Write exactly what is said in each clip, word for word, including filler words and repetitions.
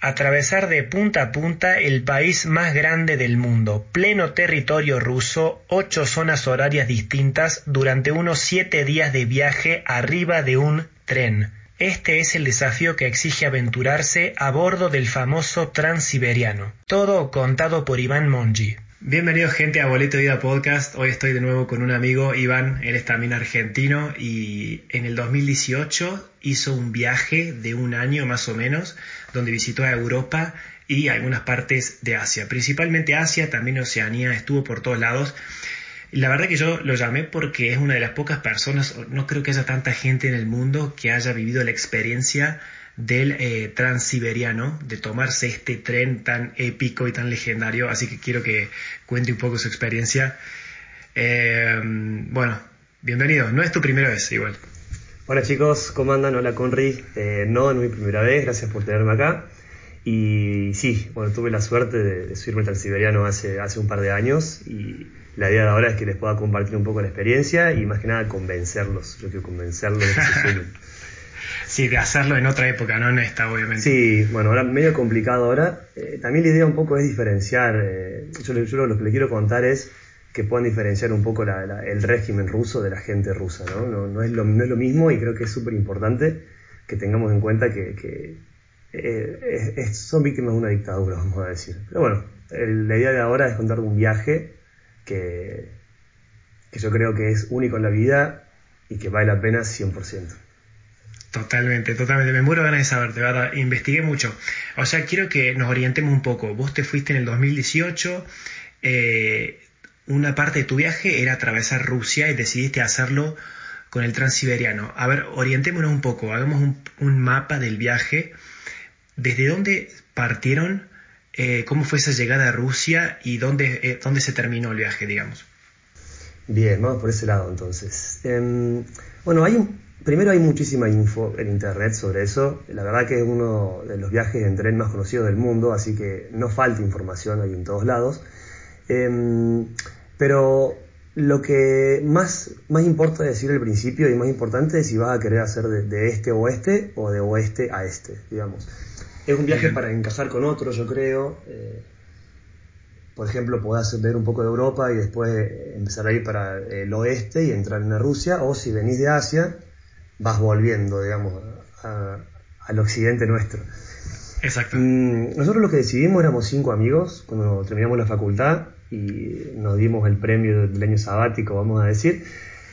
Atravesar de punta a punta el país más grande del mundo, pleno territorio ruso, ocho zonas horarias distintas durante unos siete días de viaje arriba de un tren. Este es el desafío que exige aventurarse a bordo del famoso Transiberiano. Todo contado por Iván Mongi. Bienvenidos gente a Boleto de Ida Podcast. Hoy estoy de nuevo con un amigo, Iván, él es también argentino y en el dos mil dieciocho hizo un viaje de un año más o menos donde visitó a Europa y algunas partes de Asia, principalmente Asia, también Oceanía, estuvo por todos lados. La verdad que yo lo llamé porque es una de las pocas personas, no creo que haya tanta gente en el mundo que haya vivido la experiencia del eh, Transiberiano, de tomarse este tren tan épico y tan legendario, así que quiero que cuente un poco su experiencia. Eh, bueno, bienvenido, no es tu primera vez igual. Hola chicos, ¿cómo andan? Hola Conry, eh, no, no es mi primera vez, gracias por tenerme acá. Y sí, bueno, tuve la suerte de, de subirme al Transiberiano hace, hace un par de años y la idea de ahora es que les pueda compartir un poco la experiencia y más que nada convencerlos, yo quiero convencerlos de que se suben. Sí, de hacerlo en otra época, no en esta, obviamente. Sí, bueno, ahora medio complicado ahora. Eh, también la idea un poco es diferenciar, eh, yo, yo lo que les quiero contar es que puedan diferenciar un poco la, la, el régimen ruso de la gente rusa, ¿no? No, no, es, lo, no es lo mismo y creo que es súper importante que tengamos en cuenta que, que eh, es, es, son víctimas de una dictadura, vamos a decir. Pero bueno, el, la idea de ahora es contar un viaje que, que yo creo que es único en la vida y que vale la pena cien por ciento. Totalmente, totalmente. Me muero de ganas de saber, de verdad. Investigué mucho. O sea, quiero que nos orientemos un poco. Vos te fuiste en el dos mil dieciocho. Eh, una parte de tu viaje era atravesar Rusia y decidiste hacerlo con el Transiberiano. A ver, orientémonos un poco. Hagamos un, un mapa del viaje. ¿Desde dónde partieron? Eh, ¿Cómo fue esa llegada a Rusia? ¿Y dónde, eh, dónde se terminó el viaje, digamos? Bien, vamos por ese lado entonces. Eh, bueno, hay un... Primero hay muchísima info en internet sobre eso, la verdad que es uno de los viajes en tren más conocidos del mundo, así que no falta información ahí en todos lados. Eh, pero lo que más, más importa decir al principio y más importante es si vas a querer hacer de, de este a oeste o de oeste a este, digamos. Es un viaje para encajar con otro, yo creo. Eh, por ejemplo, podés ver un poco de Europa y después empezar a ir para el oeste y entrar en Rusia, o si venís de Asia, vas volviendo, digamos, a, al occidente nuestro. Exacto. Mm, nosotros lo que decidimos éramos cinco amigos cuando terminamos la facultad y nos dimos el premio del año sabático, vamos a decir.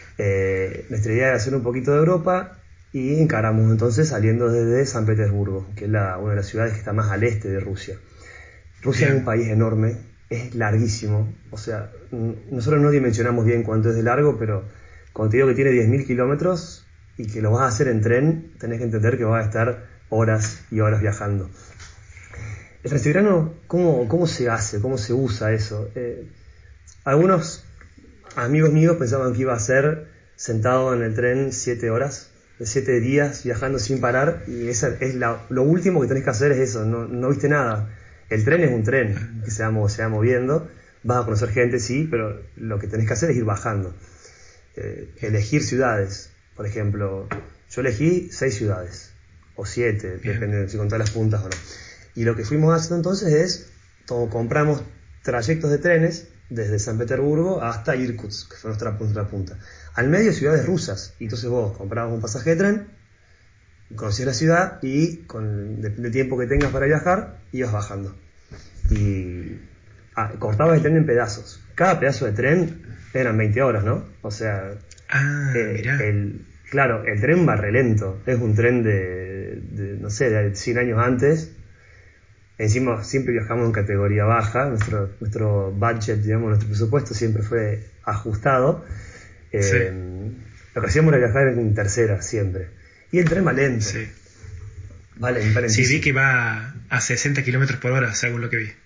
Eh, nuestra idea era hacer un poquito de Europa y encaramos entonces saliendo desde San Petersburgo, que es la, una de las ciudades que está más al este de Rusia. Rusia Bien. Es un país enorme, es larguísimo, o sea, nosotros no dimensionamos bien cuánto es de largo, pero cuando te digo que tiene diez mil kilómetros y que lo vas a hacer en tren, tenés que entender que vas a estar horas y horas viajando. El Transiberiano, ¿cómo, cómo se hace? ¿Cómo se usa eso? Eh, algunos amigos míos pensaban que iba a ser sentado en el tren siete horas, siete días viajando sin parar, y esa es la, lo último que tenés que hacer es eso, no, no viste nada. El tren es un tren que se va, se va moviendo, vas a conocer gente, sí, pero lo que tenés que hacer es ir bajando. Eh, elegir ciudades. Por ejemplo, yo elegí seis ciudades, o siete, Bien. Depende de si contás las puntas o no. Y lo que fuimos haciendo entonces es, todo, compramos trayectos de trenes desde San Petersburgo hasta Irkutsk, que fue nuestra, nuestra punta. Al medio ciudades rusas, y entonces vos comprabas un pasaje de tren, conocías la ciudad y con el tiempo que tengas para viajar, ibas bajando. Y ah, cortabas el tren en pedazos. Cada pedazo de tren eran veinte horas, ¿no? O sea... Ah, eh, mirá. El, claro, el tren va relento, es un tren de, de, no sé, de cien años antes. Encima siempre viajamos en categoría baja, nuestro, nuestro budget, digamos, nuestro presupuesto siempre fue ajustado. Eh, sí. Lo que hacíamos era viajar en tercera siempre. Y el tren va lento. Sí. Va lento. Sí, vi que va a sesenta kilómetros por hora, según lo que vi.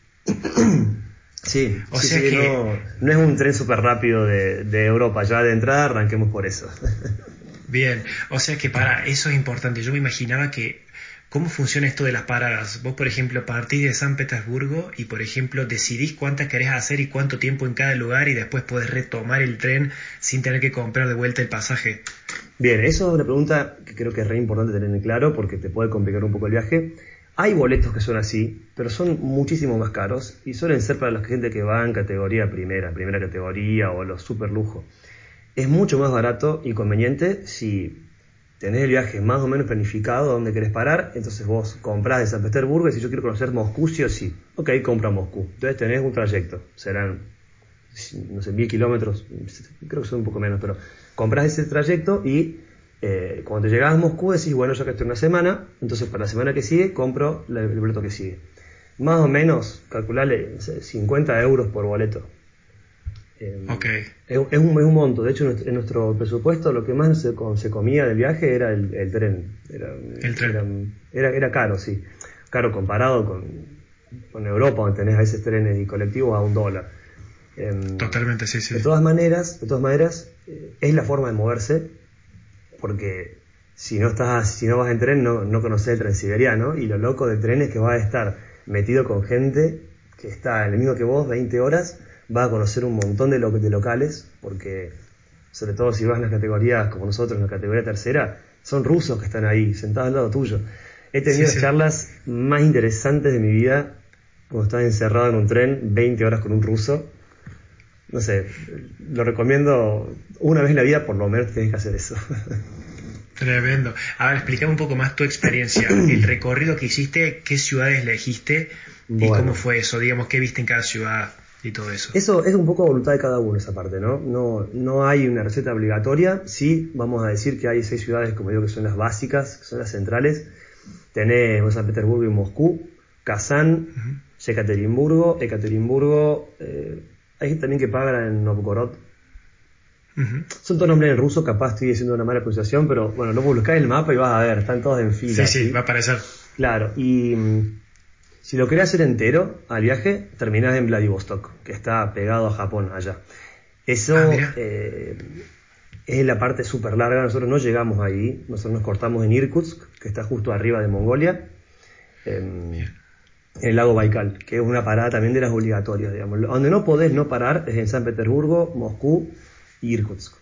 Sí, o sí, sea sí, que no, no es un tren súper rápido de, de Europa, ya de entrada arranquemos por eso. Bien, o sea que para eso es importante. Yo me imaginaba que cómo funciona esto de las paradas. Vos, por ejemplo, partís de San Petersburgo y, por ejemplo, decidís cuántas querés hacer y cuánto tiempo en cada lugar y después podés retomar el tren sin tener que comprar de vuelta el pasaje. Bien, eso es una pregunta que creo que es re importante tener en claro porque te puede complicar un poco el viaje. Hay boletos que son así, pero son muchísimo más caros y suelen ser para la gente que va en categoría primera, primera categoría o los super lujo. Es mucho más barato y conveniente si tenés el viaje más o menos planificado, dónde querés parar, entonces vos comprás de San Petersburgo y si yo quiero conocer Moscú, sí o sí, ok, compra Moscú. Entonces tenés un trayecto, serán, no sé, mil kilómetros, creo que son un poco menos, pero comprás ese trayecto y eh, cuando te llegás a Moscú decís, bueno, ya que estoy una semana, entonces para la semana que sigue compro el boleto que sigue. Más o menos, calcularle cincuenta euros por boleto. Eh, Okay. es, es, un, es un monto. De hecho, en nuestro presupuesto lo que más se, se comía del viaje era el, el tren. Era, El tren. Era, era, era caro, sí. Caro comparado con, con Europa, donde tenés a veces trenes y colectivos a un dólar. Eh, Totalmente, sí, sí. De todas maneras, de todas maneras eh, es la forma de moverse, porque si no estás, si no vas en tren, no, no conoces el Transiberiano, y lo loco del tren es que vas a estar metido con gente que está en el mismo que vos, veinte horas, vas a conocer un montón de, lo, de locales, porque sobre todo si vas en las categorías como nosotros, en la categoría tercera, son rusos que están ahí, sentados al lado tuyo. He tenido Sí, las sí. charlas más interesantes de mi vida cuando estaba encerrado en un tren, veinte horas con un ruso. No sé, lo recomiendo una vez en la vida, por lo menos tienes que hacer eso. Tremendo. A ver, explícame un poco más tu experiencia, el recorrido que hiciste, qué ciudades elegiste y Bueno, cómo fue eso, digamos, qué viste en cada ciudad y todo eso. eso es un poco a voluntad de cada uno esa parte, ¿no? No, no hay una receta obligatoria. Sí, vamos a decir que hay seis ciudades, como digo, que son las básicas, que son las centrales. Tenés San Petersburgo y Moscú, Kazán, Uh-huh. Yekaterinburgo, Ekaterimburgo, eh, hay gente también que paga en Novgorod. Uh-huh. Son todos nombres en ruso, capaz estoy diciendo una mala pronunciación, pero bueno, luego buscás el mapa y vas a ver, están todos en fila. Sí, sí, ¿sí? va a aparecer. Claro, y mm, si lo querés hacer entero al viaje, terminás en Vladivostok, que está pegado a Japón allá. Eso Ah, mira. eh, es la parte súper larga, nosotros no llegamos ahí, nosotros nos cortamos en Irkutsk, que está justo arriba de Mongolia, en, en el lago Baikal, que es una parada también de las obligatorias, digamos. Donde no podés no parar es en San Petersburgo, Moscú y Irkutsk.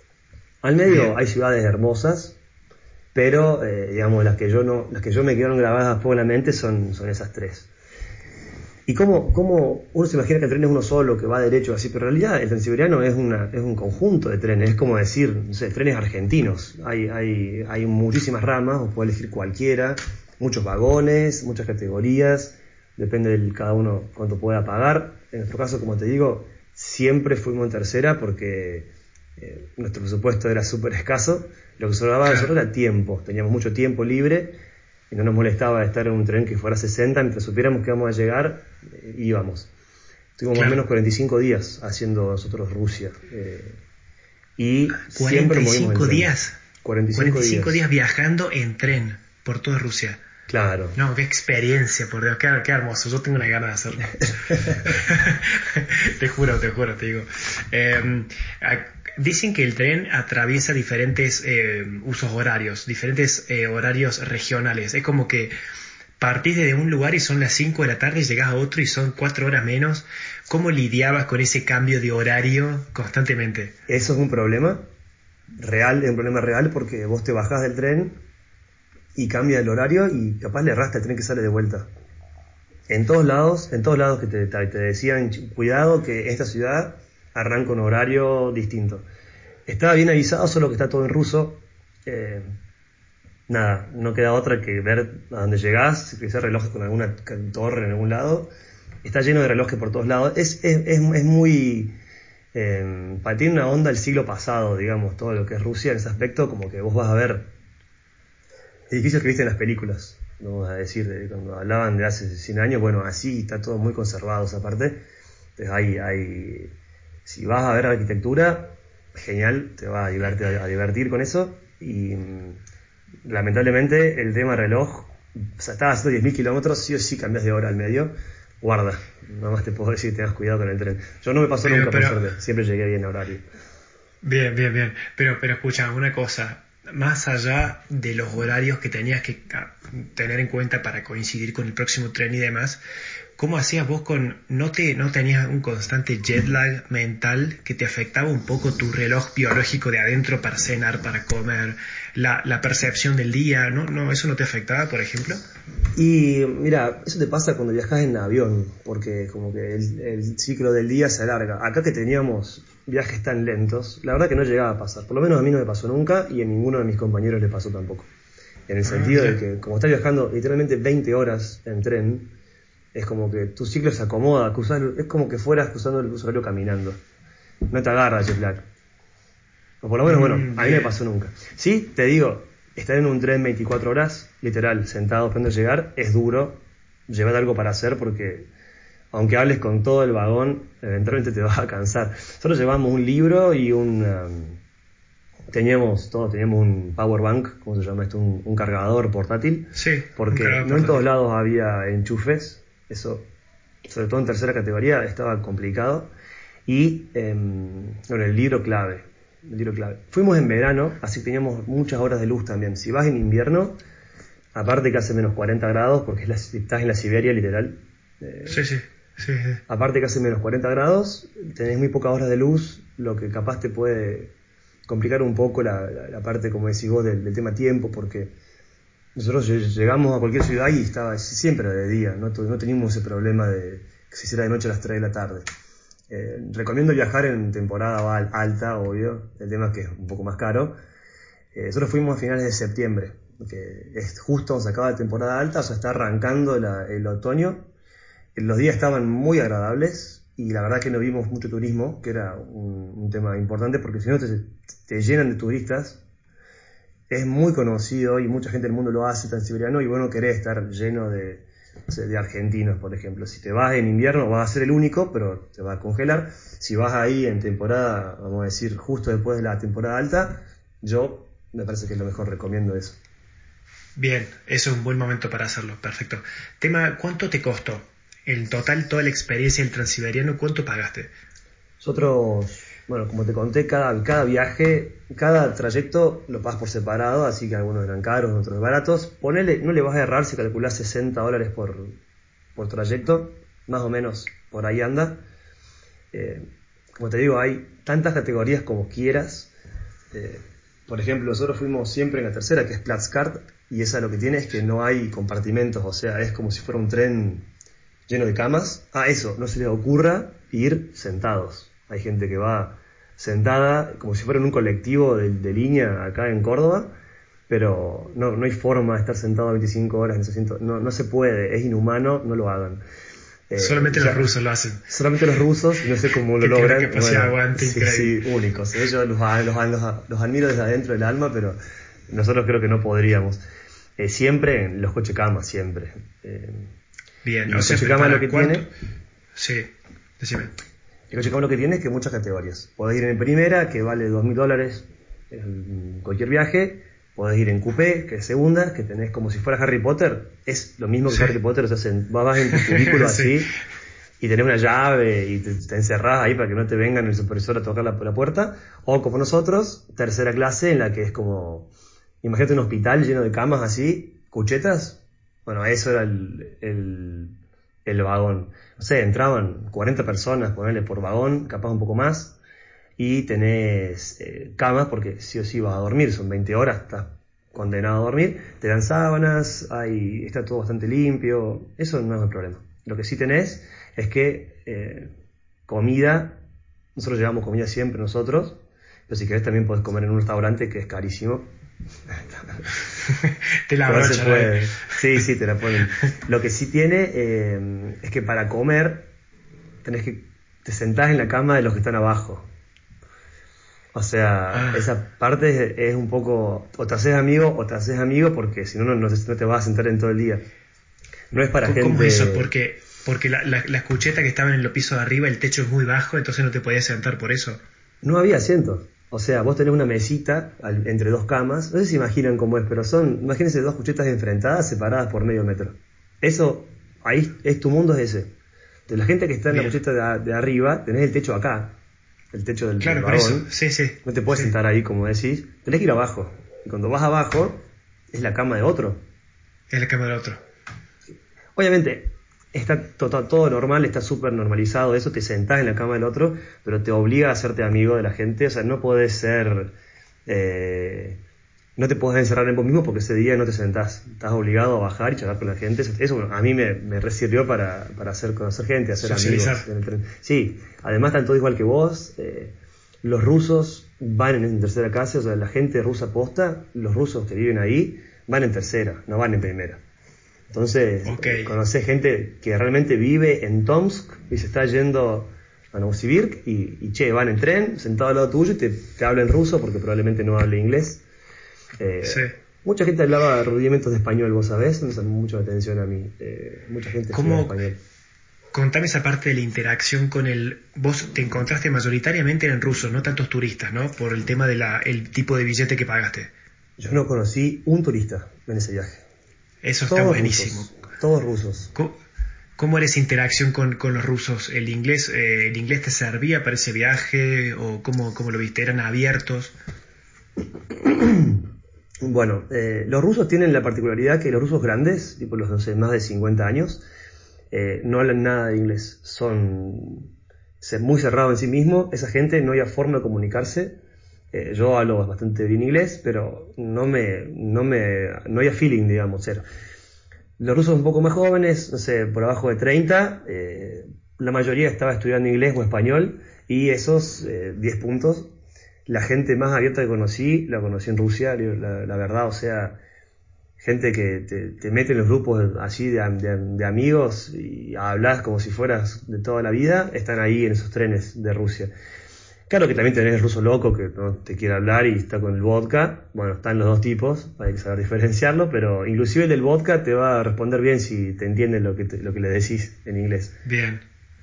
Al medio Bien. hay ciudades hermosas, pero eh, digamos las que yo no, las que yo me quedaron grabadas por la mente son, son esas tres. Y cómo, cómo uno se imagina que el tren es uno solo, que va derecho así, pero en realidad el Transiberiano es una, es un conjunto de trenes, es como decir, no sé, trenes argentinos. Hay, hay, hay muchísimas ramas, o puedes elegir cualquiera, muchos vagones, muchas categorías, depende de cada uno cuánto pueda pagar. En nuestro caso, como te digo, siempre fuimos en tercera porque eh, nuestro presupuesto era súper escaso. Lo que sobraba de nosotros era tiempo, teníamos mucho tiempo libre y no nos molestaba estar en un tren que fuera sesenta, mientras supiéramos que íbamos a llegar, eh, íbamos. Estuvimos Claro. más o menos cuarenta y cinco días haciendo nosotros Rusia. Eh, y siempre nos movimos en cuarenta y cinco tren. días. cuarenta y cinco, cuarenta y cinco días días. viajando en tren por toda Rusia. Claro. No, qué experiencia, por Dios, qué, qué hermoso. Yo tengo una gana de hacerlo. Te juro, te juro, te digo. Eh, dicen que el tren atraviesa diferentes eh, usos horarios, diferentes eh, horarios regionales. Es como que partís desde un lugar y son las cinco de la tarde y llegás a otro y son cuatro horas menos. ¿Cómo lidiabas con ese cambio de horario constantemente? Eso es un problema real, es un problema real porque vos te bajás del tren y cambia el horario y capaz le arrastra el tren que sale de vuelta. En todos lados, en todos lados que te, te, te decían, cuidado que esta ciudad arranca un horario distinto. Estaba bien avisado, solo que está todo en ruso. Eh, nada, no queda otra que ver a dónde llegás, si querés relojes con alguna torre en algún lado. Está lleno de relojes por todos lados. Es, es, es, es muy... Eh, tiene una onda del siglo pasado, digamos, todo lo que es Rusia en ese aspecto, como que vos vas a ver edificios que viste en las películas, vamos a decir, de cuando hablaban de hace cien años, bueno, así está todo muy conservado esa parte. Entonces hay, hay, si vas a ver arquitectura, genial, te va a divertir, a divertir con eso. Y lamentablemente el tema reloj, o sea, estás haciendo diez mil kilómetros, sí o sí cambias de hora al medio, guarda, nada más te puedo decir, tengas cuidado con el tren. Yo no me pasó Pero, nunca, pero, por suerte, siempre llegué bien a horario. Bien, bien, bien. Pero, pero escucha, una cosa. más allá de los horarios que tenías que ah, tener en cuenta para coincidir con el próximo tren y demás, ¿cómo hacías vos con, no te, no tenías un constante jet lag mental que te afectaba un poco tu reloj biológico de adentro para cenar, para comer, la, la percepción del día, ¿no? ¿No, eso no te afectaba, por ejemplo? Y mira, eso te pasa cuando viajas en avión, porque como que el, el ciclo del día se alarga. Acá que teníamos viajes tan lentos, la verdad que no llegaba a pasar. Por lo menos a mí no me pasó nunca y a ninguno de mis compañeros le pasó tampoco. En el Ah, sentido de ya. que como estás viajando literalmente veinte horas en tren, es como que tu ciclo se acomoda, cruzás, es como que fueras cruzando el uso horario caminando. No te agarra jet lag. O por lo menos, bueno, Mm, a mí no me bien. pasó nunca. Sí, te digo, estar en un tren veinticuatro horas, literal, sentado esperando llegar, es duro. Llevar algo para hacer porque, aunque hables con todo el vagón, eventualmente te vas a cansar. Nosotros llevamos un libro y un... um, teníamos todo, teníamos un power bank, ¿cómo se llama esto? Un, un cargador portátil, Sí, un porque cargador no en todos portátil. lados había enchufes, eso, sobre todo en tercera categoría, estaba complicado. Y eh, bueno, el libro clave, el libro clave. Fuimos en verano, así que teníamos muchas horas de luz también. Si vas en invierno, aparte que hace menos cuarenta grados, porque es la- estás en la Siberia literal, Sí, eh, sí, sí, sí. aparte que hace menos cuarenta grados, tenés muy pocas horas de luz, lo que capaz te puede complicar un poco la, la- la parte, como decís vos, del, del tema tiempo, porque nosotros lle- llegamos a cualquier ciudad y estaba siempre de día, no, Tu- no teníamos ese problema de que se hiciera de noche a las tres de la tarde. Eh, recomiendo viajar en temporada al- alta, obvio, el tema es que es un poco más caro. Eh, nosotros fuimos a finales de septiembre, que es justo cuando se acaba la temporada alta, o sea, está arrancando la- el otoño. Los días estaban muy agradables y la verdad que no vimos mucho turismo, que era un, un tema importante, porque si no te, te llenan de turistas. Es muy conocido y mucha gente del mundo lo hace, tan siberiano, y bueno, querés estar lleno de, no sé, de argentinos, por ejemplo. Si te vas en invierno vas a ser el único, pero te va a congelar. Si vas ahí en temporada, vamos a decir, justo después de la temporada alta, yo me parece que es lo mejor, recomiendo eso. Bien, eso es un buen momento para hacerlo, perfecto. Tema, ¿cuánto te costó? En total, toda la experiencia del Transiberiano, ¿cuánto pagaste? Nosotros, bueno, como te conté, cada, cada viaje, cada trayecto lo pagas por separado, así que algunos eran caros, otros baratos. Ponele, no le vas a errar si calculás sesenta dólares por, por trayecto, más o menos por ahí anda. Eh, como te digo, hay tantas categorías como quieras. Eh, por ejemplo, nosotros fuimos siempre en la tercera, que es Platzkart, y esa lo que tiene es que no hay compartimentos, o sea, es como si fuera un tren lleno de camas. Ah, eso, no se les ocurra ir sentados. Hay gente que va sentada como si fuera en un colectivo de, de línea acá en Córdoba, pero no, no hay forma de estar sentado veinticinco horas en ese asiento. No, no se puede, es inhumano, no lo hagan. Eh, Solamente los ya, rusos lo hacen, solamente los rusos, no sé cómo lo que tienen una logran. capacidad de Bueno, aguante sí, increíble. sí, únicos. Ellos los, los, los, los admiro desde adentro del alma, pero nosotros creo que no podríamos. Eh, siempre en los coches camas, siempre. Eh, Bien, y o el sea, coche pero cama lo ¿para que cuánto? tiene, Sí, decime. el coche cama lo que tiene es que muchas categorías. Podés ir en primera, que vale dos mil dólares en cualquier viaje. Podés ir en coupé, que es segunda, que tenés como si fuera Harry Potter. Es lo mismo que Sí, Harry Potter, o sea, se- vas en tu cubículo sí. así y tenés una llave y te, te encerrás ahí para que no te vengan el supervisor a tocar la, la puerta. O como nosotros, tercera clase, en la que es como, imagínate un hospital lleno de camas así, cuchetas. Bueno, eso era el, el, el vagón. No sé, entraban cuarenta personas, ponerle por vagón, capaz un poco más. Y tenés eh, camas, porque sí o sí vas a dormir, son veinte horas, estás condenado a dormir. Te dan sábanas, hay, está todo bastante limpio, eso no es el problema. Lo que sí tenés es que eh, comida, nosotros llevamos comida siempre nosotros, pero si querés también podés comer en un restaurante que es carísimo. Te la Pero se abrochan ahí. puede, sí, sí, te la ponen. Lo que sí tiene eh, es que para comer tenés que, te sentás en la cama de los que están abajo. O sea, Ah, esa parte es, es un poco, o te haces amigo o te haces amigo, porque si no, no, no no te vas a sentar en todo el día. No es para ¿cómo cómo es eso? gente. Porque, porque la, la, la cucheta que estaba en los pisos de arriba, el techo es muy bajo, entonces no te podías sentar por eso. No había asientos. O sea, vos tenés una mesita al- entre dos camas. No sé si imaginan cómo es, pero son, imagínense dos cuchetas enfrentadas, separadas por medio metro. Eso, ahí es tu mundo, es ese. De la gente que está en la Bien. cucheta de, a- de arriba, tenés el techo acá, el techo del, del Claro, por eso. vagón. Sí, sí, No te puedes sí. sentar ahí, como decís. Tenés que ir abajo. Y cuando vas abajo, es la cama de otro. Es la cama del otro. Obviamente, está todo, todo normal, está súper normalizado eso, te sentás en la cama del otro, pero te obliga a hacerte amigo de la gente, o sea, no podés ser... Eh, no te podés encerrar en vos mismo porque ese día no te sentás, estás obligado a bajar y charlar con la gente. Eso bueno, a mí me, me resirvió para, para hacer conocer gente, hacer Socializar. amigos en el tren. Sí, además están todos igual que vos. Eh, los rusos van en tercera clase, o sea, la gente rusa posta, los rusos que viven ahí van en tercera, no van en primera. Entonces, Okay. eh, conocés gente que realmente vive en Tomsk y se está yendo a Novosibirsk y, y che, van en tren, sentado al lado tuyo y te, te habla en ruso porque probablemente no hable inglés. Eh, Sí. Mucha gente hablaba rudimentos de español, vos sabés, me llamó mucho la atención a mí. Eh, mucha gente estudia ¿Cómo, español. contame esa parte de la interacción con el... Vos te encontraste mayoritariamente en rusos, no tantos turistas, ¿no? Por el tema del tipo de billete que pagaste. Yo no conocí un turista en ese viaje. Eso está Todos buenísimo. rusos, todos rusos. ¿Cómo, cómo era esa interacción con, con los rusos? ¿El inglés, eh, ¿El inglés te servía para ese viaje? ¿O cómo, cómo lo viste? ¿Eran abiertos? Bueno, eh, los rusos tienen la particularidad que los rusos grandes, tipo los no sé, más de cincuenta años, eh, no hablan nada de inglés. Son muy cerrados en sí mismos. Esa gente no había forma de comunicarse. Eh, yo hablo bastante bien inglés, pero no me, no me, no había feeling, digamos, cero. Los rusos un poco más jóvenes, no sé, por abajo de treinta, eh, la mayoría estaba estudiando inglés o español, y esos eh, diez puntos, la gente más abierta que conocí, la conocí en Rusia, la, la verdad, o sea, gente que te, te mete en los grupos así de, de, de amigos y hablas como si fueras de toda la vida, están ahí en esos trenes de Rusia. Claro que también tenés el ruso loco que no te quiere hablar y está con el vodka. Bueno, están los dos tipos, hay que saber diferenciarlo, pero inclusive el del vodka te va a responder bien si te entiende lo que, te, lo que le decís en inglés. Bien.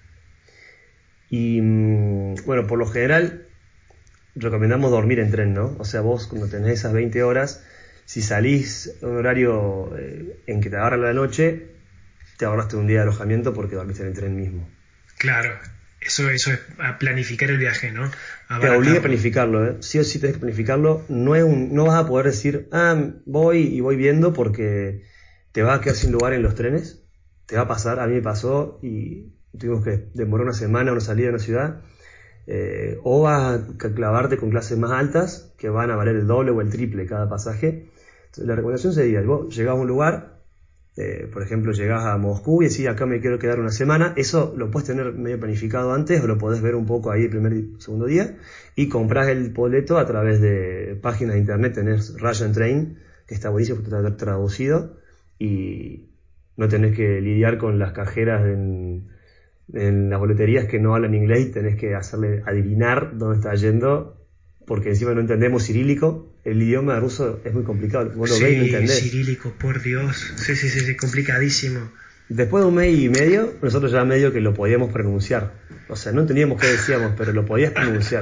Y bueno, por lo general recomendamos dormir en tren, ¿no? O sea, vos cuando tenés esas veinte horas, si salís a un horario eh, en que te agarra la noche, te ahorraste un día de alojamiento porque dormiste en el tren mismo. Claro. Eso, eso es a planificar el viaje, ¿no? A Te obliga a planificarlo, ¿eh? Sí o sí tenés que planificarlo. No, es un, no vas a poder decir, ah, voy y voy viendo porque te vas a quedar sin lugar en los trenes. Te va a pasar, a mí me pasó y tuvimos que demorar una semana una salida a una ciudad. Eh, o vas a clavarte con clases más altas que van a valer el doble o el triple cada pasaje. Entonces, la recomendación sería, vos llegás a un lugar, eh, por ejemplo, llegás a Moscú y decís, acá me quiero quedar una semana. Eso lo puedes tener medio planificado antes o lo podés ver un poco ahí el primer y segundo día y comprás el boleto a través de páginas de internet. Tenés Russian Train, que está buenísimo porque está traducido y no tenés que lidiar con las cajeras en, en las boleterías que no hablan inglés y tenés que hacerle adivinar dónde está yendo porque encima no entendemos cirílico. El idioma ruso es muy complicado, vos lo sí, ves y no entendés. cirílico, por Dios. Sí, sí, sí, sí, complicadísimo. Después de un mes y medio, nosotros ya medio que lo podíamos pronunciar. O sea, no entendíamos qué decíamos, pero lo podías pronunciar.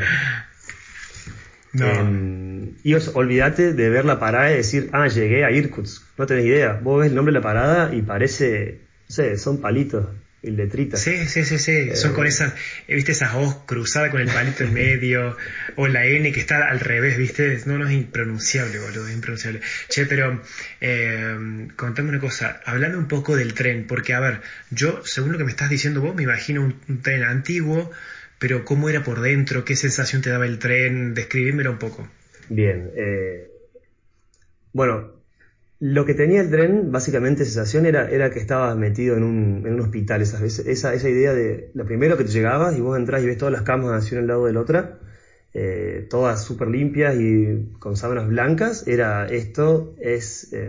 No. Eh, y os, olvídate de ver la parada y decir, ah, llegué a Irkutsk. No tenés idea. Vos ves el nombre de la parada y parece, no sé, son palitos y letritas. Sí, sí, sí, sí. Eh, Son con esas, ¿viste? Esas O cruzadas con el palito en medio, o la N que está al revés, ¿viste? No, no es impronunciable, boludo, es impronunciable. Che, pero eh, contame una cosa, hablando un poco del tren, porque a ver, yo, según lo que me estás diciendo vos, me imagino un, un tren antiguo, pero ¿cómo era por dentro? ¿Qué sensación te daba el tren? Describímelo un poco. Bien. Eh, bueno, lo que tenía el tren, básicamente, sensación era, era que estabas metido en un, en un hospital. Esa, esa, esa idea de, lo primero que te llegabas y vos entrás y ves todas las camas así una al lado de la otra, eh, todas súper limpias y con sábanas blancas, era esto, es... Eh,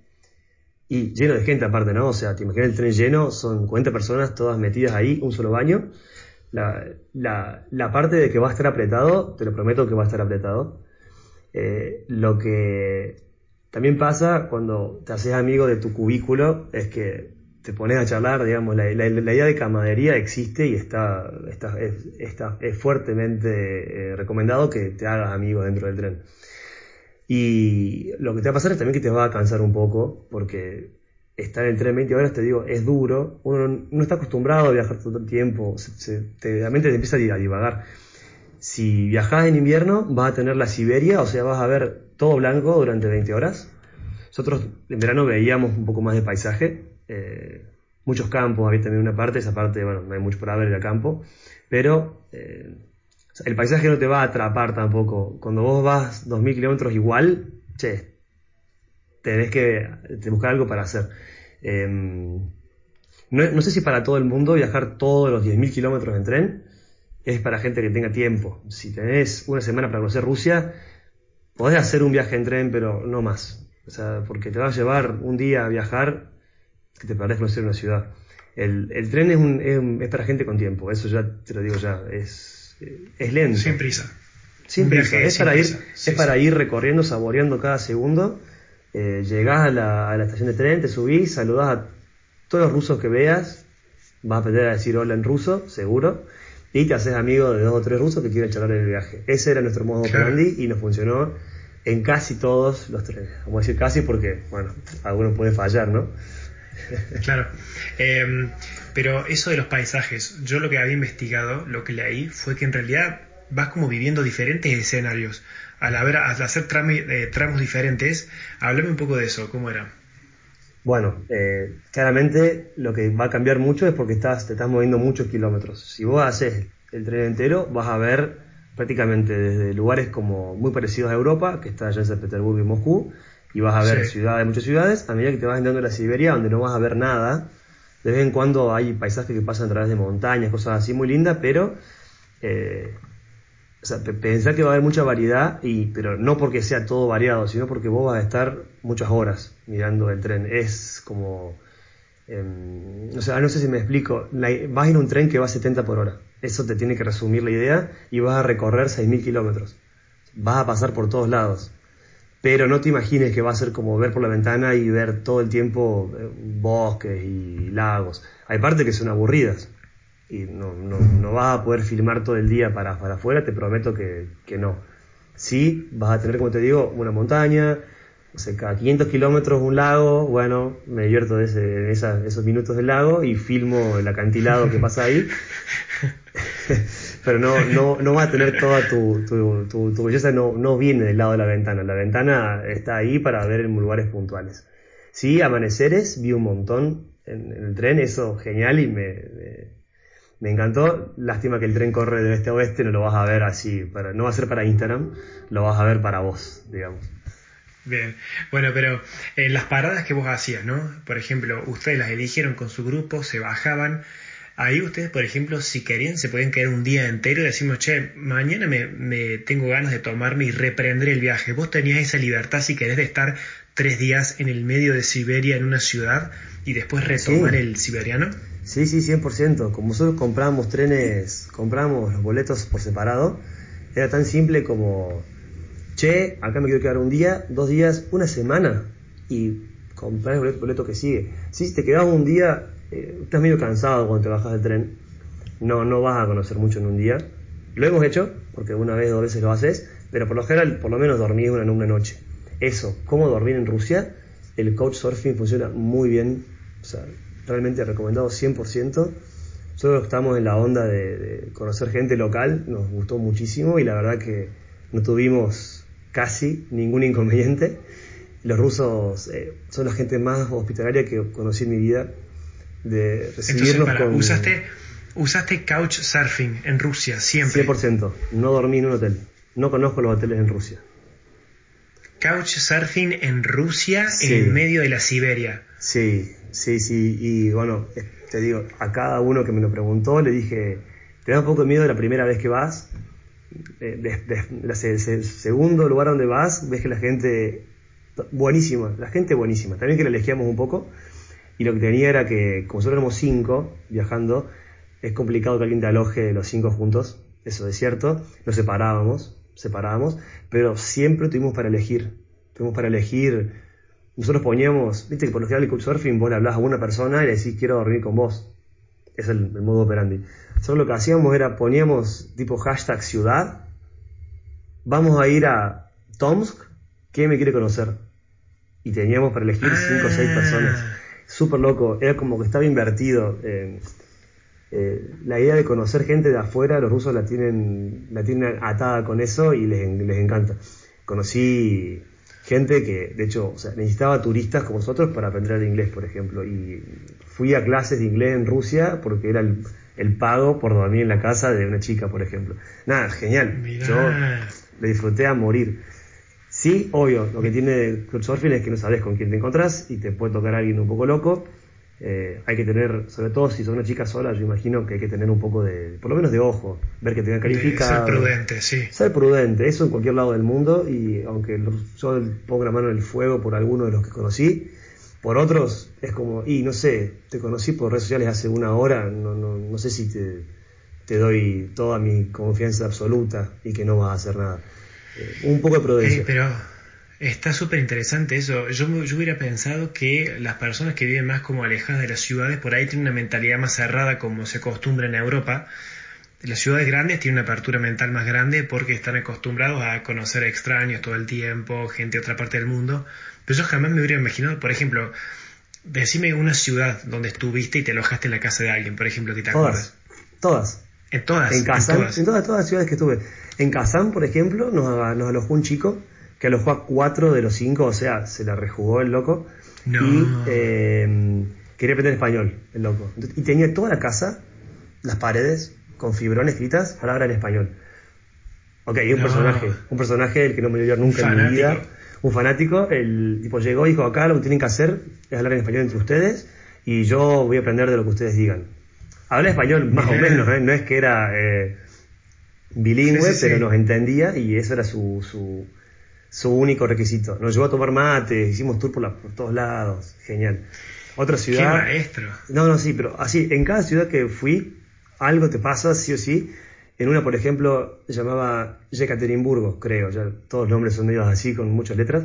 y lleno de gente aparte, ¿no? O sea, te imaginas el tren lleno, son cuarenta personas todas metidas ahí, un solo baño. La, la, la parte de que va a estar apretado, te lo prometo que va a estar apretado. Eh, lo que también pasa cuando te haces amigo de tu cubículo es que te pones a charlar, digamos, la, la, la idea de camaradería existe y está, está, es, está, es fuertemente eh, recomendado que te hagas amigo dentro del tren. Y lo que te va a pasar es también que te va a cansar un poco, porque estar en el tren veinte horas, te digo, es duro. Uno no, no está acostumbrado a viajar todo el tiempo, se, se, te, la mente te empieza a divagar. Si viajás en invierno, vas a tener la Siberia, o sea, vas a ver todo blanco durante veinte horas. Nosotros en verano veíamos un poco más de paisaje, eh, muchos campos, había también una parte, esa parte, bueno, no hay mucho para ver, era campo, pero eh, el paisaje no te va a atrapar tampoco. Cuando vos vas dos mil kilómetros igual, che, tenés que te buscar algo para hacer. Eh, no, no sé si para todo el mundo viajar todos los diez mil kilómetros en tren es para gente que tenga tiempo. Si tenés una semana para conocer Rusia, podés hacer un viaje en tren, pero no más. O sea, porque te va a llevar un día a viajar que te perdés conocer una ciudad. El, el tren es, un, es, un, es para gente con tiempo, eso ya te lo digo ya, es, es lento. Sin prisa. Sin prisa, es, sin para, prisa. Ir, Sí, es para sí. ir recorriendo, saboreando cada segundo. Eh, llegás a la, a la estación de tren, te subís, saludás a todos los rusos que veas, vas a aprender a decir hola en ruso, seguro, y te haces amigo de dos o tres rusos que quieren charlar en el viaje. Ese era nuestro modo Claro. operandi y nos funcionó en casi todos los trenes. Vamos a decir casi porque, bueno, algunos puede fallar, ¿no? Claro. Eh, pero eso de los paisajes, yo lo que había investigado, lo que leí, fue que en realidad vas como viviendo diferentes escenarios. Al, haber, al hacer tramos, eh, tramos diferentes, háblame un poco de eso, ¿cómo era? Bueno, eh, claramente lo que va a cambiar mucho es porque estás, te estás moviendo muchos kilómetros. Si vos haces el tren entero, vas a ver prácticamente desde lugares como muy parecidos a Europa, que está allá en San Petersburgo y Moscú, y vas a ver Sí. ciudades, muchas ciudades, a medida que te vas entrando a la Siberia, donde no vas a ver nada. De vez en cuando hay paisajes que pasan a través de montañas, cosas así muy lindas, pero eh, o sea, pensá que va a haber mucha variedad, y, pero no porque sea todo variado, sino porque vos vas a estar muchas horas mirando el tren. Es como... Eh, o sea, no sé si me explico. La, vas en un tren que va a setenta por hora. Eso te tiene que resumir la idea, y vas a recorrer seis mil kilómetros. Vas a pasar por todos lados. Pero no te imagines que va a ser como ver por la ventana y ver todo el tiempo eh, bosques y lagos. Hay partes que son aburridas y no, no, no vas a poder filmar todo el día para, para afuera, te prometo que, que no. Sí, vas a tener, como te digo, una montaña, o sea, cada quinientos kilómetros un lago. Bueno, me divierto de, ese, de esa, esos minutos del lago y filmo el acantilado que pasa ahí. Pero no, no, no va a tener toda tu, tu, tu, tu belleza, no, no viene del lado de la ventana. La ventana está ahí para ver en lugares puntuales. Sí, amaneceres, vi un montón en, en el tren, eso genial, y me, me, me encantó. Lástima que el tren corre de este a oeste, no lo vas a ver así, para, no va a ser para Instagram, lo vas a ver para vos, digamos. Bien, bueno, pero en las paradas que vos hacías, ¿no? Por ejemplo, ustedes las eligieron con su grupo, se bajaban. Ahí ustedes, por ejemplo, si querían, se podían quedar un día entero y decimos, che, mañana me, me tengo ganas de tomarme y reprender el viaje. ¿Vos tenías esa libertad, si querés, de estar tres días en el medio de Siberia, en una ciudad, y después retomar Sí, el siberiano? sí, sí, cien por ciento. Como nosotros compramos trenes, compramos los boletos por separado, era tan simple como, che, acá me quiero quedar un día, dos días, una semana, y comprar el boleto, boleto que sigue. Sí, si te quedás un día, eh, estás medio cansado cuando te bajas del tren, no, no vas a conocer mucho en un día. Lo hemos hecho, porque una vez, dos veces lo haces, pero por lo general, por lo menos dormís una, una noche. Eso, cómo dormir en Rusia, el couchsurfing funciona muy bien, o sea, realmente recomendado cien por ciento. Nosotros estamos en la onda de, de conocer gente local, nos gustó muchísimo, y la verdad que no tuvimos casi ningún inconveniente. Los rusos eh, son la gente más hospitalaria que conocí en mi vida, de Entonces, recibirnos para, con usaste, usaste couchsurfing en Rusia, cien por siempre. ciento. No dormí en un hotel, no conozco los hoteles en Rusia. Couchsurfing en Rusia, en el Sí, medio de la Siberia. sí, sí, sí. Y bueno, eh, te digo, a cada uno que me lo preguntó le dije, ¿te da un poco de miedo la primera vez que vas? Eh, de, de, de, de, de, segundo lugar donde vas, ves que la gente buenísima, la gente buenísima. También que la elegíamos un poco, y lo que tenía era que, como solo éramos cinco viajando, es complicado que alguien te aloje los cinco juntos, eso es cierto. Nos separábamos, separábamos, pero siempre tuvimos para elegir, tuvimos para elegir. Nosotros poníamos, viste que por lo general el couchsurfing, vos le hablás a una persona y le decís quiero dormir con vos, es el, el modo operandi. Nosotros lo que hacíamos era, poníamos tipo hashtag ciudad, vamos a ir a Tomsk, ¿quién me quiere conocer? Y teníamos para elegir cinco o seis personas. Ah, Súper loco, era como que estaba invertido. Eh, eh, la idea de conocer gente de afuera, los rusos la tienen, la tienen atada con eso, y les, les encanta. conocí gente que, de hecho, o sea, necesitaba turistas como nosotros para aprender inglés, por ejemplo. Y fui a clases de inglés en Rusia porque era el, el pago por dormir en la casa de una chica, por ejemplo. Nada, genial. Mirá. Yo le disfruté a morir. Sí, obvio, lo que tiene Couchsurfing es que no sabes con quién te encontrás y te puede tocar alguien un poco loco. Eh, hay que tener, sobre todo si son una chica sola, yo imagino que hay que tener un poco de, por lo menos de ojo, ver que tengan calificado. Ser prudente, sí. Ser prudente, eso en cualquier lado del mundo, y aunque yo ponga la mano en el fuego por alguno de los que conocí, por otros es como, y no sé, te conocí por redes sociales hace una hora, no, no, no sé si te, te doy toda mi confianza absoluta y que no vas a hacer nada. Eh, un poco de prudencia. Ey, pero está súper interesante eso. Yo, me- yo hubiera pensado que las personas que viven más como alejadas de las ciudades por ahí tienen una mentalidad más cerrada como se acostumbra en Europa. Las ciudades grandes tienen una apertura mental más grande porque están acostumbrados a conocer extraños todo el tiempo, gente de otra parte del mundo. Pero yo jamás me hubiera imaginado, por ejemplo, decime una ciudad donde estuviste y te alojaste en la casa de alguien, por ejemplo, que te acuerdas. Todas, todas. En todas, En en Kazán, todas. en todas, todas las ciudades que estuve. En Kazán, por ejemplo, nos, aga- nos alojó un chico que alojó a cuatro de los cinco, o sea, se la rejugó el loco. No. Y eh, quería aprender español, el loco. Entonces, y tenía toda la casa, las paredes, con fibrón escritas, palabras en español. Ok, y un No. personaje, un personaje del que no me voy a olvidar nunca en mi Fanático. vida. Un fanático, el tipo llegó y dijo, acá lo que tienen que hacer es hablar en español entre ustedes y yo voy a aprender de lo que ustedes digan. Habla español más Mirá. o menos, ¿eh? No es que era eh, bilingüe, Sí, sí, pero sí. nos entendía y eso era su, su, su único requisito. Nos llevó a tomar mate, hicimos tour por, la- por todos lados, genial. Otra Qué ciudad... maestro. No, no, sí, pero así, en cada ciudad que fui, algo te pasa, sí o sí. En una, por ejemplo, se llamaba Yekaterinburgo, creo, ya todos los nombres son medios así, con muchas letras.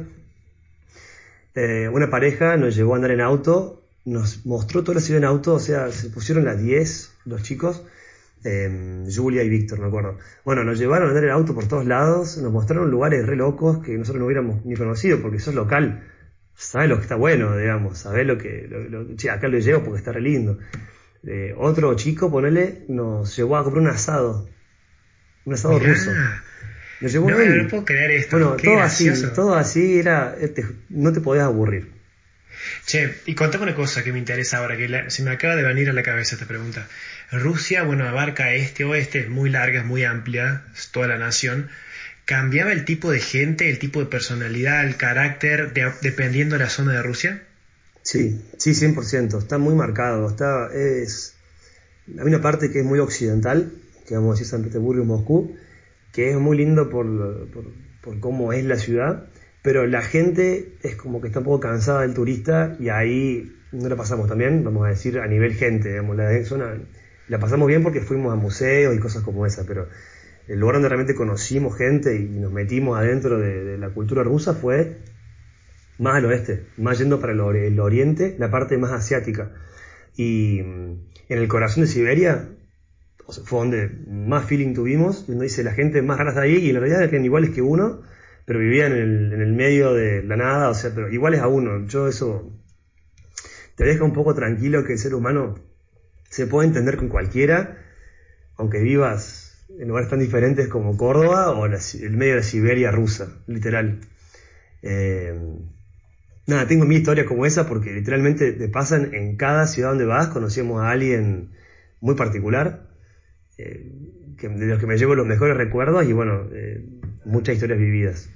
Eh, una pareja nos llevó a andar en auto, nos mostró toda la ciudad en auto, o sea, se pusieron las diez los chicos, eh, Julia y Víctor, me acuerdo. Bueno, nos llevaron a andar en auto por todos lados, nos mostraron lugares re locos que nosotros no hubiéramos ni conocido, porque sos local, sabes lo que está bueno, digamos, sabes lo que, lo, lo- che, acá lo llevo porque está re lindo. Eh, otro chico, ponele, nos llevó a comprar un asado, un asado ruso. Mirá. Nos llevó No, no él. puedo creer esto. Bueno, Qué todo así, gracioso. todo así era, eh, te- no te podías aburrir. Che, y contame una cosa que me interesa ahora, que la- se me acaba de venir a la cabeza esta pregunta. Rusia, bueno, abarca este, oeste, es muy larga, es muy amplia, es toda la nación. ¿Cambiaba el tipo de gente, el tipo de personalidad, el carácter, de- dependiendo de la zona de Rusia? Sí, sí, cien por ciento. Está muy marcado. Está, es, hay una parte que es muy occidental, que vamos a decir San Petersburgo y Moscú, que es muy lindo por, por, por cómo es la ciudad, pero la gente es como que está un poco cansada del turista y ahí no la pasamos también, vamos a decir, a nivel gente, digamos, la zona la pasamos bien porque fuimos a museos y cosas como esa, pero el lugar donde realmente conocimos gente y nos metimos adentro de, de la cultura rusa fue más al oeste, más yendo para el, ori- el oriente, la parte más asiática. Y mm, en el corazón de Siberia, o sea, fue donde más feeling tuvimos, donde dice la gente más ganas de ahí, y en realidad eran iguales que uno, pero vivían en el, en el medio de la nada, o sea, pero iguales a uno. Yo eso te deja un poco tranquilo que el ser humano se puede entender con cualquiera, aunque vivas en lugares tan diferentes como Córdoba o la- el medio de la Siberia rusa, literal. Eh, Nada, tengo mi historia como esa porque literalmente te pasan en cada ciudad donde vas, conocíamos a alguien muy particular, eh, que, de los que me llevo los mejores recuerdos y bueno, eh, muchas historias vividas.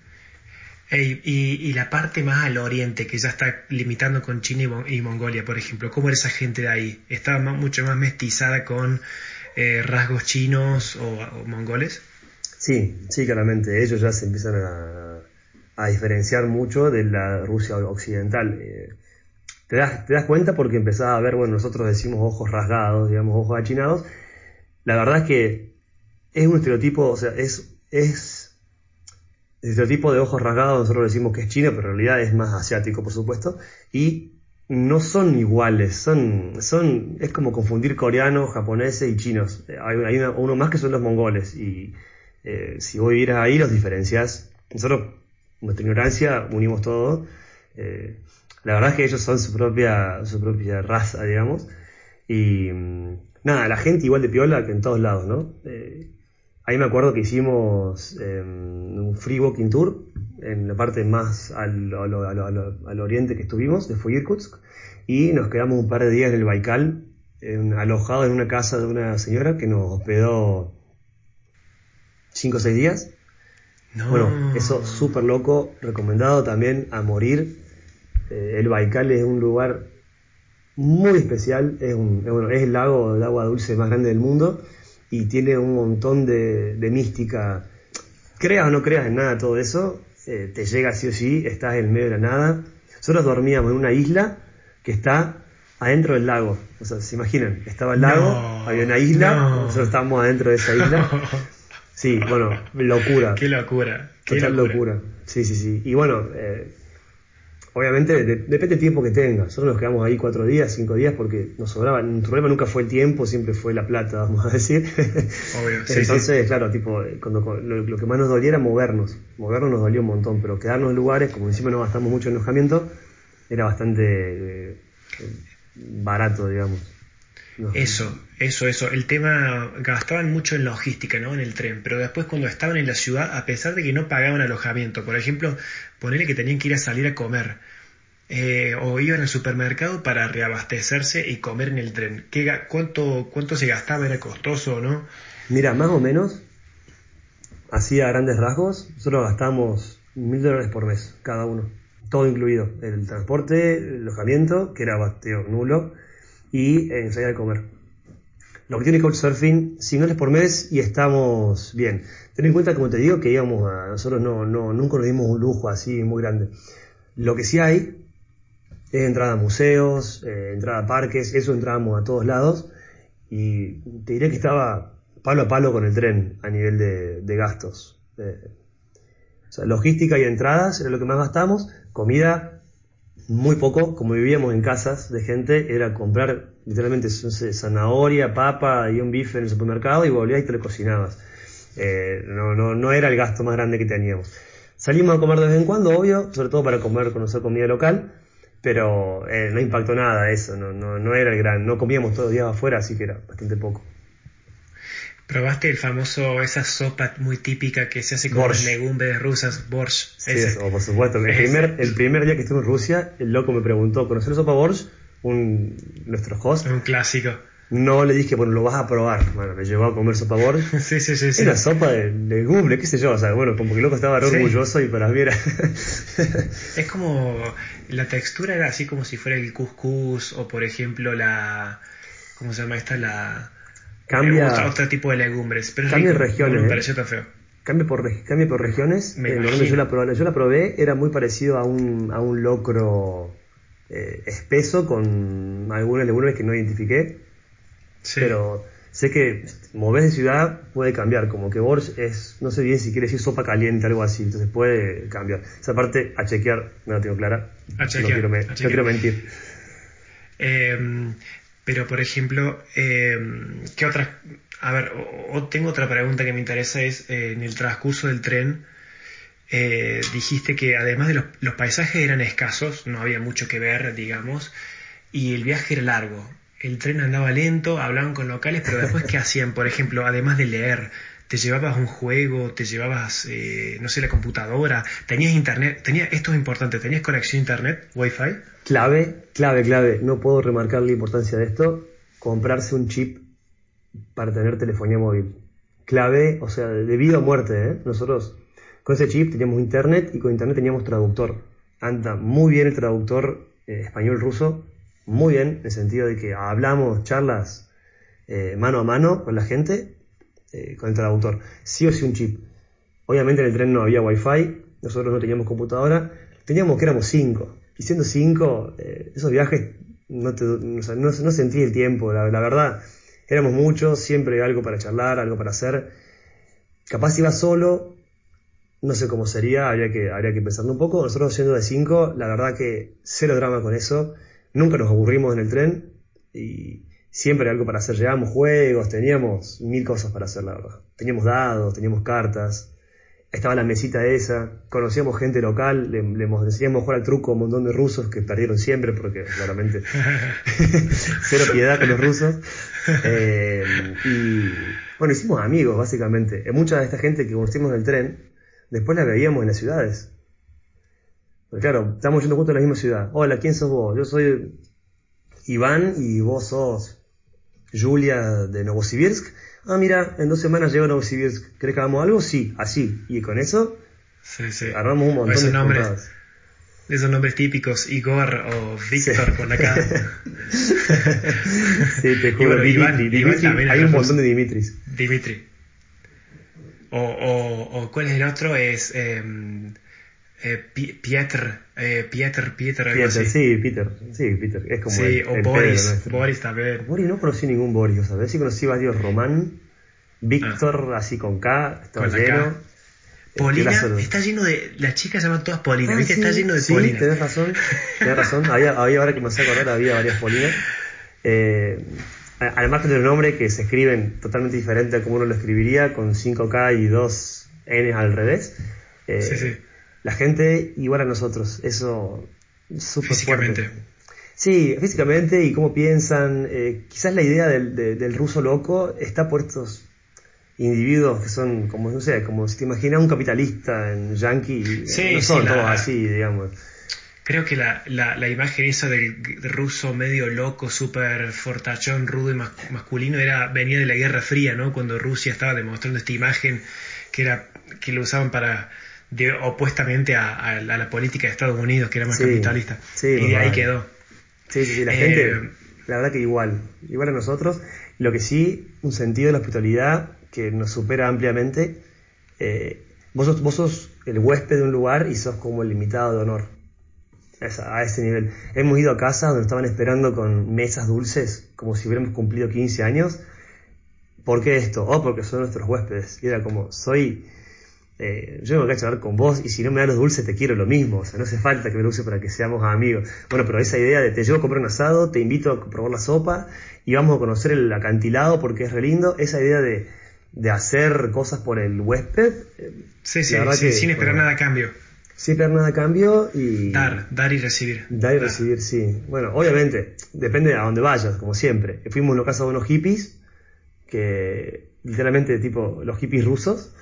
Ey, y, y la parte más al oriente, que ya está limitando con China y, Mon- y Mongolia, por ejemplo, ¿cómo era esa gente de ahí? ¿Estaba ma- mucho más mestizada con eh, rasgos chinos o, o mongoles? Sí, sí, claramente, ellos ya se empiezan a, a diferenciar mucho de la Rusia occidental. Eh, te das, te das cuenta porque empezás a ver, bueno, nosotros decimos ojos rasgados, digamos, ojos achinados. La verdad es que es un estereotipo, o sea, es, es el estereotipo de ojos rasgados, nosotros decimos que es chino, pero en realidad es más asiático, por supuesto, y no son iguales, son, son, es como confundir coreanos, japoneses y chinos. Eh, Hay, hay una- uno más que son los mongoles, y eh, si vos vivieras ahí los diferencias. Nosotros, nuestra ignorancia, unimos todo. Eh, la verdad es que ellos son su propia, su propia raza, digamos, y mm, nada, la gente igual de piola que en todos lados, ¿no? Eh, ahí me acuerdo que hicimos eh, un free walking tour en la parte más al, al, al, al, al oriente que estuvimos, de fue Irkutsk, y nos quedamos un par de días en el Baikal, en, alojados en una casa de una señora que nos hospedó cinco o seis días. No. Bueno, eso súper loco, recomendado también a morir. Eh, el Baikal es un lugar muy especial, es, un, es, bueno, es el lago de agua dulce más grande del mundo y tiene un montón de, de mística. Creas o no creas en nada todo eso, eh, te llega sí o sí, estás en medio de la nada. Nosotros dormíamos en una isla que está adentro del lago, o sea, se imaginan, estaba el lago, no, había una isla, no. nosotros estábamos adentro de esa isla. Sí, bueno, locura. Qué locura. Qué Total locura. locura. Sí, sí, sí. Y bueno, eh, obviamente de, depende del tiempo que tengas. Nosotros nos quedamos ahí cuatro días, cinco días, porque nos sobraba. Nuestro problema nunca fue el tiempo, siempre fue la plata, vamos a decir. Obvio, sí, Entonces, sí. claro, tipo, cuando, lo, lo que más nos dolía era movernos. Movernos nos dolió un montón, pero quedarnos en lugares, como encima no gastamos mucho en alojamiento, era bastante eh, barato, digamos. Nos- Eso, eso, eso. El tema, gastaban mucho en logística, ¿no? En el tren, pero después cuando estaban en la ciudad, a pesar de que no pagaban alojamiento, por ejemplo, ponele que tenían que ir a salir a comer, eh, o iban al supermercado para reabastecerse y comer en el tren. ¿Qué, ga- cuánto, cuánto se gastaba? ¿Era costoso o no? Mira, más o menos, así a grandes rasgos, nosotros gastamos mil dólares por mes, cada uno. Todo incluido. El transporte, el alojamiento, que era bastante nulo, y en salir a comer. Lo que tiene Couchsurfing, cien dólares por mes y estamos bien. Ten en cuenta, como te digo, que íbamos a, nosotros no, no, nunca nos dimos un lujo así muy grande. Lo que sí hay es entrada a museos, eh, entrada a parques, eso entrábamos a todos lados y te diré que estaba palo a palo con el tren a nivel de, de gastos. Eh, o sea, logística y entradas era lo que más gastamos, comida muy poco, como vivíamos en casas de gente, era comprar literalmente no sé, zanahoria, papa y un bife en el supermercado y volvías y te lo cocinabas. Eh, no, no, no era el gasto más grande que teníamos. Salimos a comer de vez en cuando, obvio, sobre todo para comer, conocer comida local, pero eh, no impactó nada eso, no, no, no era el gran, no comíamos todos los días afuera, así que era bastante poco. ¿Probaste el famoso, esa sopa muy típica que se hace con unas Borsch. legumbres rusas? Borsch, Sí, ese. eso, por supuesto. El Ese. primer, el primer día que estuve en Rusia, el loco me preguntó, ¿conocer sopa Borsch? Un, nuestro host. Es un clásico. No le dije, bueno, lo vas a probar. Bueno, me llevó a comer sopa Borsch. Sí, sí, sí, sí. Era sopa de legumbres, qué sé yo. O sea, bueno, como que el loco estaba re Sí. orgulloso y para mí era... Es como, la textura era así como si fuera el couscous o por ejemplo la, ¿cómo se llama esta? La, eh, otro, Cambia, otro tipo de legumbres, pero es cambia en rico, no regiones, me ¿eh? pareció tan feo. Cambia por, reg- cambia por regiones. Me Eh, normalmente yo imagino. la probé, yo la probé, era muy parecido a un, a un locro eh, espeso con algunas legumbres que no identifiqué. Sí. Pero sé que movés de ciudad puede cambiar, como que Borsch es, no sé bien si quiere decir sopa caliente, algo así, entonces puede cambiar. Esa parte a chequear, no la tengo clara, A no chequear, quiero, me- a no chequear. quiero mentir. Eh, pero por ejemplo, eh, ¿qué otras? A ver, o, o tengo otra pregunta que me interesa es, eh, en el transcurso del tren, eh, dijiste que además de los, los paisajes eran escasos, no había mucho que ver, digamos, y el viaje era largo. El tren andaba lento, hablaban con locales, pero después, ¿qué hacían? Por ejemplo, además de leer, ¿te llevabas un juego? ¿Te llevabas, eh, no sé, la computadora? ¿Tenías internet? ¿Tenía, esto es importante, ¿tenías conexión a internet, wifi? Clave, clave, clave, no puedo remarcar la importancia de esto, comprarse un chip para tener telefonía móvil. Clave, o sea, de vida o muerte, ¿eh? Nosotros con ese chip teníamos internet y con internet teníamos traductor. Anda muy bien el traductor eh, español-ruso, muy bien, en el sentido de que hablamos charlas eh, mano a mano con la gente, eh, con el traductor. Sí o sí un chip. Obviamente en el tren no había wifi, nosotros no teníamos computadora, teníamos que éramos cinco. Y siendo cinco, eh, esos viajes no, te, o sea, no, no sentí el tiempo, la, la verdad. Éramos muchos, siempre algo para charlar, algo para hacer. Capaz si iba solo, no sé cómo sería, habría que, habría que pensarlo un poco. Nosotros yendo de cinco, la verdad que cero drama con eso. Nunca nos aburrimos en el tren y siempre algo para hacer. Llevábamos juegos, teníamos mil cosas para hacer, la verdad. Teníamos dados, teníamos cartas. Estaba la mesita esa, conocíamos gente local, le, le enseñamos a jugar al truco a un montón de rusos que perdieron siempre porque claramente cero piedad con los rusos. Eh, y bueno, hicimos amigos, básicamente. Eh, Mucha de esta gente que conocimos en el tren, después la veíamos en las ciudades. Porque claro, estamos yendo juntos a la misma ciudad. Hola, ¿quién sos vos? Yo soy Iván y vos sos Julia de Novosibirsk. Ah, mira, en dos semanas llego a Novosibirsk. ¿Querés que hagamos algo? Sí, así. Y con eso Sí, sí. armamos un O montón esos de nombres, juntadas. esos nombres típicos, Igor o Víctor Sí. con la K. Sí, te Y juro, bueno, Iván, Dimitri, Iván Dimitri, también hay es un ruso. montón de Dimitris. Dimitri. O, o, o ¿cuál es el otro? Es eh, eh, Pi- Pietr, eh, Pietr, Pietr, algo Peter, así. sí, Peter, sí, Peter, es como Sí, el, o el Pedro Boris, nuestro. Boris también. Boris no conocí ningún Boris, ¿sabes? Sí conocí varios Román, Ah, Víctor, así con K, estaba con la lleno. K. Eh, que era Polina, solo. está lleno de. Las chicas se llaman todas Polina, Ah, ¿viste? Está sí, lleno de sí, Polinas. tenés razón, tenés razón. Había, había ahora que me hace acordar, había varias Polinas. Eh, a- además de los nombres que se escriben totalmente diferente a como uno lo escribiría, con cinco K y dos N al revés. Sí, Eh, sí. la gente igual a nosotros, eso es súper fuerte. Físicamente. Sí, físicamente y cómo piensan. Eh, quizás la idea del, de- del ruso loco está por estos individuos que son como, no sé, como si te imaginas un capitalista en yankee, eh, no Sí, sí, son todos la, así, digamos. creo que la, la, la imagen esa del g- ruso medio loco, súper fortachón, rudo y mas- masculino, era, venía de la Guerra Fría, ¿no? Cuando Rusia estaba demostrando esta imagen que era que lo usaban para de, opuestamente a, a la a la política de Estados Unidos, que era más Sí, capitalista. sí, Y más de ahí vale. quedó. Sí, sí, sí, la gente, Eh, la verdad que igual, igual a nosotros. Lo que sí, un sentido de la hospitalidad que nos supera ampliamente. Eh, vos, sos, vos sos el huésped de un lugar y sos como el invitado de honor. Es a, a ese nivel. Hemos ido a casas donde estaban esperando con mesas dulces, como si hubiéramos cumplido quince años. ¿Por qué esto? Oh, porque son nuestros huéspedes. Y era como, soy... eh, yo me voy a charlar con vos y si no me das los dulces te quiero lo mismo. O sea, no hace falta que me lo use para que seamos amigos. Bueno, pero esa idea de te llevo a comprar un asado, te invito a probar la sopa y vamos a conocer el acantilado porque es re lindo. Esa idea de, de hacer cosas por el huésped, eh, sí, la sí, verdad sí, que, sin esperar bueno, nada a cambio. sin pedir nada a cambio y Dar, dar y recibir. dar y Dar. recibir, sí. Bueno, obviamente, depende a dónde vayas, como siempre. Fuimos a una casa de unos hippies, que literalmente tipo los hippies rusos,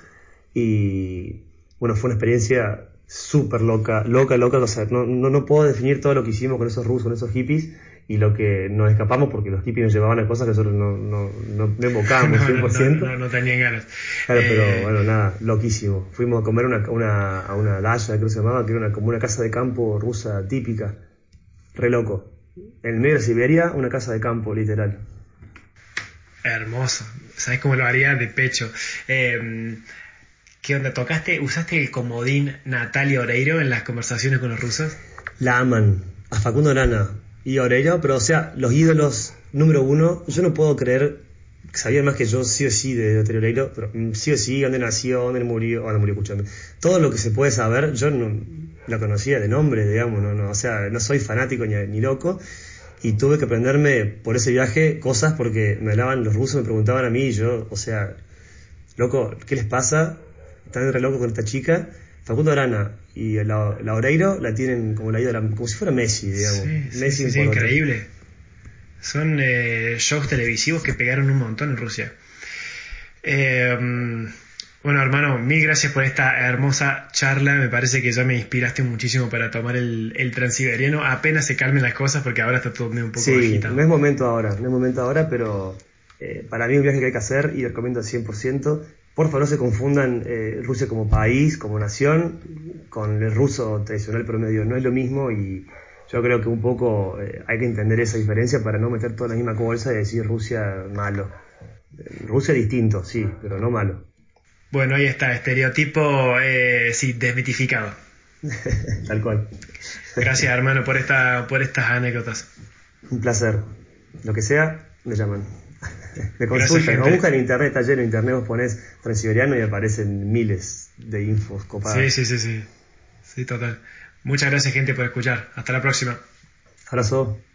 y bueno, fue una experiencia súper loca, loca, loca, o sea, no, no, no puedo definir todo lo que hicimos con esos rusos, con esos hippies, y lo que nos escapamos porque los hippies nos llevaban a cosas que nosotros no, no, no, no invocábamos No, no, no, cien por ciento. no, no tenían ganas. Claro, pero Eh, bueno, nada, loquísimo. Fuimos a comer una, una, a una daya, creo que se llamaba, que era una, como una casa de campo rusa típica, re loco. En el medio de Siberia, una casa de campo, literal. Hermoso. ¿Sabes cómo lo haría de pecho? Eh, ¿Qué onda? ¿Tocaste, usaste el comodín Natalia Oreiro en las conversaciones con los rusos? La aman, a Facundo Arana y a Oreiro, pero o sea, los ídolos número uno, yo no puedo creer, sabían más que yo sí o sí de Natalia Oreiro, pero mm, sí o sí, dónde nació, dónde murió, dónde murió, escuchando. Todo lo que se puede saber, yo no la conocía de nombre, digamos, no, no, o sea, no soy fanático ni, ni loco, y tuve que aprenderme por ese viaje cosas porque me hablaban los rusos, me preguntaban a mí, y yo, o sea, loco, ¿qué les pasa? Están re locos con esta chica. Facundo Arana y la, la Oreiro la tienen como la ídola, como si fuera Messi, digamos. Sí, sí, Messi sí, un sí, por otro. increíble. Son eh, shows televisivos que pegaron un montón en Rusia. Eh, bueno, hermano, mil gracias por esta hermosa charla. Me parece que ya me inspiraste muchísimo para tomar el, el transiberiano. Apenas se calmen las cosas porque ahora está todo medio un poco Sí, no agitado. es momento ahora, no es momento ahora, pero eh, para mí es un viaje que hay que hacer y lo recomiendo al cien por ciento. Por favor, no se confundan eh, Rusia como país, como nación, con el ruso tradicional promedio. No es lo mismo y yo creo que un poco eh, hay que entender esa diferencia para no meter toda la misma bolsa y decir Rusia malo. Eh, Rusia distinto, sí, pero no malo. Bueno, ahí está, estereotipo, eh, sí, desmitificado. Tal cual. Gracias, hermano, por esta, por estas anécdotas. Un placer. Lo que sea, me llaman. Me Gracias, consultan. O gente. buscan en internet, está lleno de internet, vos ponés transiberiano y aparecen miles de infos Sí, copadas. sí, sí, sí. Sí, total. Muchas gracias, gente, por escuchar. Hasta la próxima. Abrazo.